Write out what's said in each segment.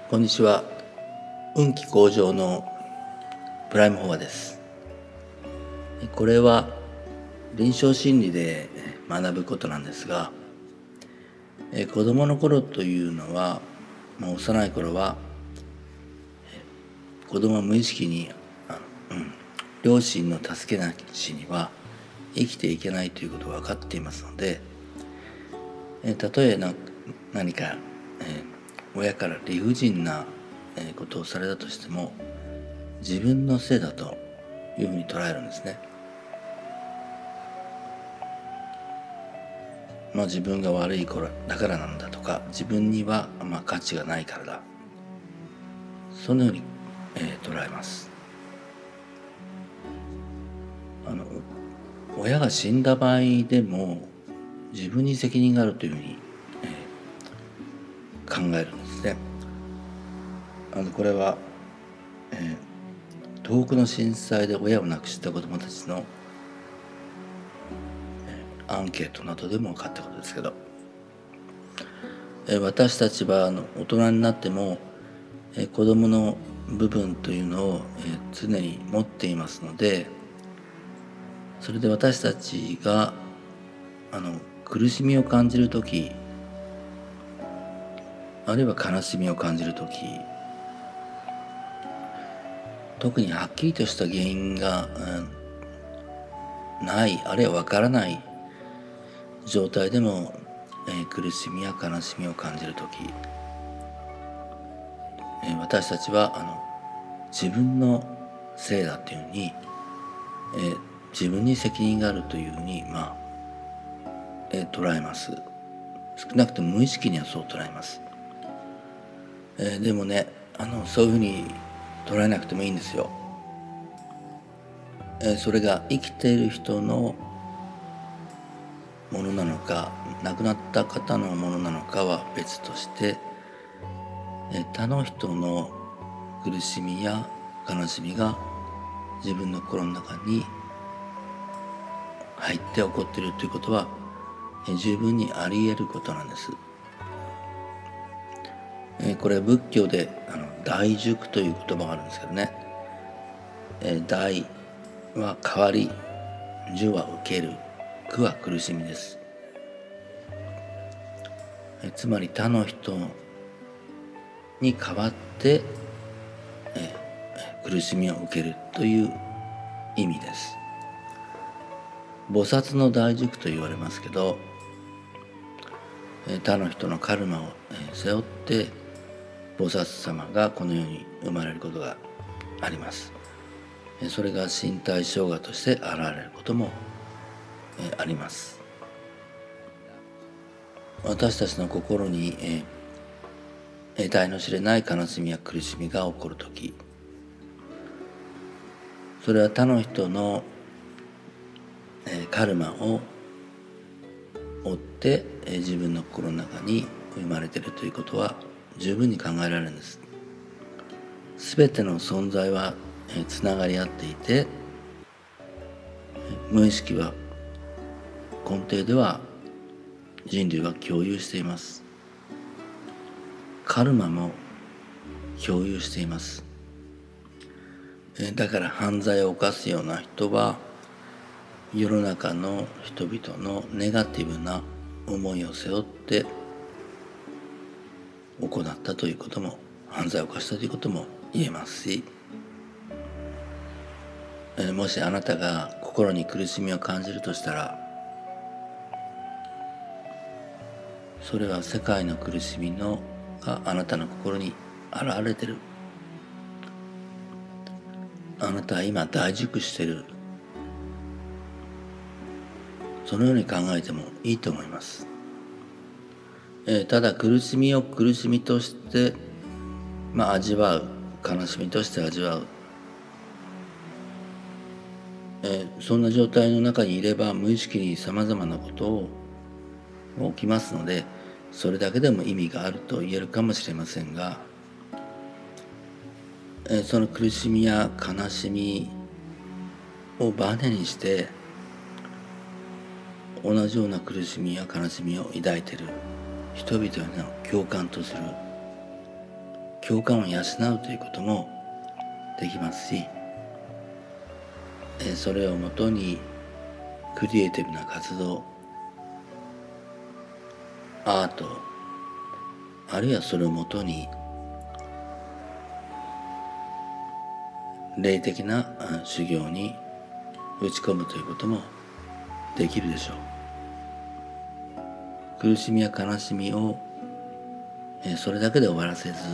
こんにちは。運気向上のプライムフォアです。これは臨床心理で学ぶことなんですが、子供の頃というのは、幼い頃は子供は無意識に両親の助けなしには生きていけないということが分かっていますので、たとえ何か親から理不尽なことをされたとしても自分のせいだというふうに捉えるんですね。自分が悪い子だからなんだとか、自分には価値がないからだ、そのように、捉えます。親が死んだ場合でも自分に責任があるというふうに、考えるんですね。これは、東北の震災で親を亡くした子どもたちの、アンケートなどでも分かったことですけど、私たちは大人になっても、子どもの部分というのを、常に持っていますので、それで私たちが苦しみを感じるとき、あるいは悲しみを感じるとき、特にはっきりとした原因が、ない、あるいはわからない状態でも、苦しみや悲しみを感じるとき、私たちは自分のせいだというふうに、自分に責任があるというふうに、捉えます。少なくとも無意識にはそう捉えます。でもね、そういうふうに捉えなくてもいいんですよ。それが生きている人のものなのか、亡くなった方のものなのかは別として、他の人の苦しみや悲しみが自分の心の中に入って起こっているということは、十分にあり得ることなんです。これは仏教で大塾という言葉があるんですけどね、大は変わり、受は受ける、苦は苦しみです。つまり他の人に代わって、苦しみを受けるという意味です。菩薩の大塾と言われますけど、他の人のカルマを背負って菩薩様がこの世に生まれることがあります。それが身体生涯として現れることもあります。私たちの心に得体の知れない悲しみや苦しみが起こるとき、それは他の人のカルマを追って自分の心の中に生まれているということは十分に考えられるんです。すべての存在はつながり合っていて、無意識は根底では人類は共有しています。カルマも共有しています。だから犯罪を犯すような人は世の中の人々のネガティブな思いを背負って行ったということも、犯罪を犯したということも言えますし、もしあなたが心に苦しみを感じるとしたら、それは世界の苦しみがあなたの心に現れている。あなたは今大熟している。そのように考えてもいいと思います。ただ苦しみを苦しみとして、味わう、悲しみとして味わう、そんな状態の中にいれば無意識にさまざまなことが起きますので、それだけでも意味があると言えるかもしれませんが、その苦しみや悲しみをバネにして同じような苦しみや悲しみを抱いている人々への共感とする、 共感を養うということもできますし、それをもとにクリエイティブな活動、アート、あるいはそれをもとに霊的な修行に打ち込むということもできるでしょう。苦しみや悲しみをそれだけで終わらせず、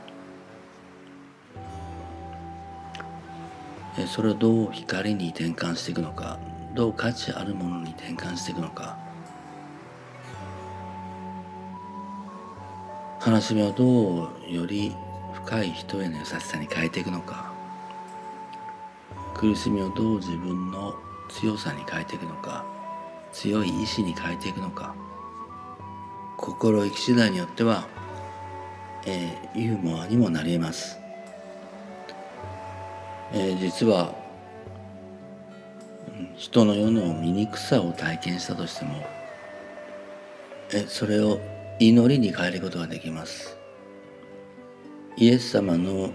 それをどう光に転換していくのか、どう価値あるものに転換していくのか、悲しみをどうより深い人への優しさに変えていくのか、苦しみをどう自分の強さに変えていくのか、強い意志に変えていくのか、心意気次第によっては、ユーモアにもなり得ます。実は人の世の醜さを体験したとしても、それを祈りに変えることができます。イエス様の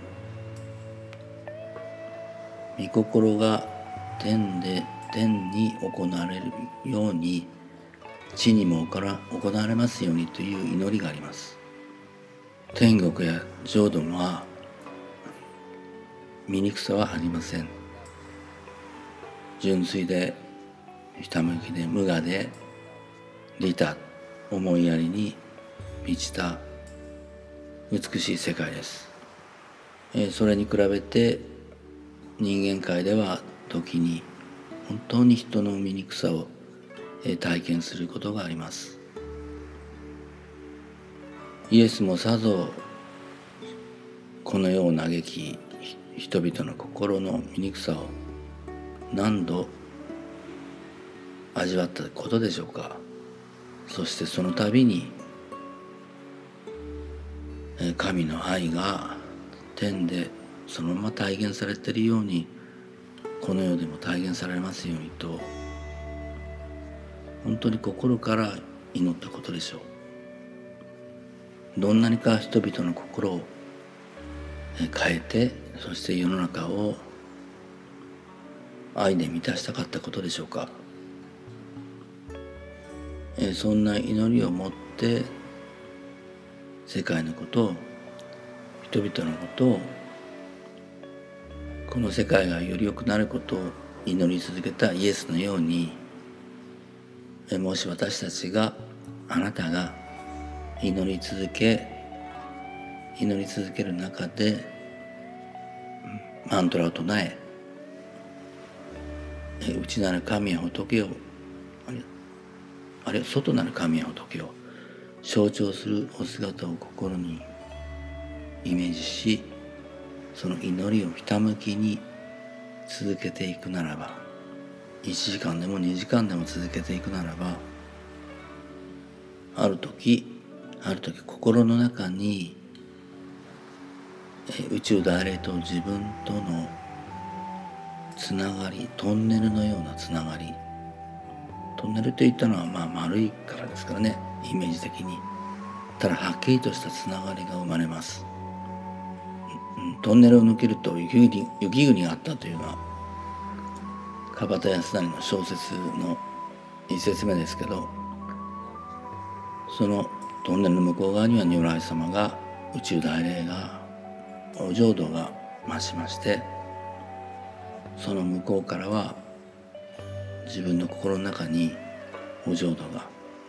御心が天に行われるように、地にも行われますようにという祈りがあります。天国や浄土は醜さはありません。純粋でひたむきで無我で利他、思いやりに満ちた美しい世界です。それに比べて人間界では時に本当に人の醜さを体験することがあります。イエスもさぞこの世を嘆き、人々の心の醜さを何度味わったことでしょうか。そしてその度に神の愛が天でそのまま体現されているようにこの世でも体現されますようにと、本当に心から祈ったことでしょう。どんなにか人々の心を変えて、そして世の中を愛で満たしたかったことでしょうか。そんな祈りを持って世界のことを、人々のことを、この世界がより良くなることを祈り続けたイエスのように、もし私たちが、あなたが祈り続ける中でマントラを唱え、内なる神や仏を、あるいは外なる神や仏を象徴するお姿を心にイメージし、その祈りをひたむきに続けていくならば、1時間でも2時間でも続けていくならば、ある時心の中に宇宙大霊と自分とのつながり、トンネルのようなつながり、トンネルといったのは丸いからですからね、イメージ的に。ただはっきりとしたつながりが生まれます。トンネルを抜けると雪国があったというのは樺田康成の小説の一節目ですけど、そのトンネルの向こう側には如来様が、宇宙大霊が、お浄土が増しまして、その向こうからは自分の心の中にお浄土が、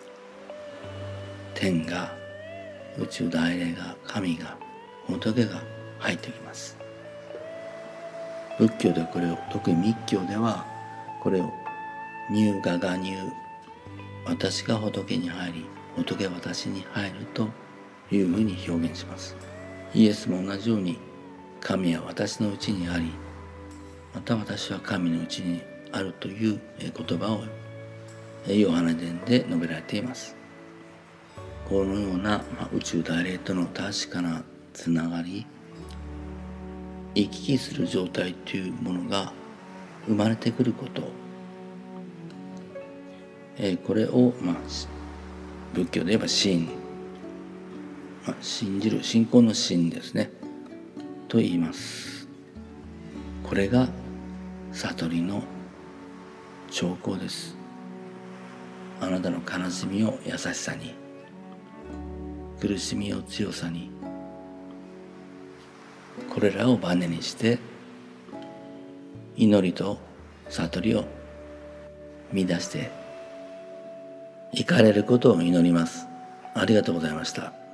天が、宇宙大霊が、神が、仏が入ってきます。仏教ではこれを、特に密教ではこれを入我が入、私が仏に入り仏が私に入るというふうに表現します。イエスも同じように、神は私のうちにあり、また私は神のうちにあるという言葉をヨハネ伝で述べられています。このような宇宙大霊との確かなつながり、行き来する状態というものが生まれてくること、これを仏教で言えば信、信じる、信仰の信ですね。 と言います。これが悟りの兆候です。あなたの悲しみを優しさに、苦しみを強さに、これらをバネにして祈りと悟りを見出していかれることを祈ります。ありがとうございました。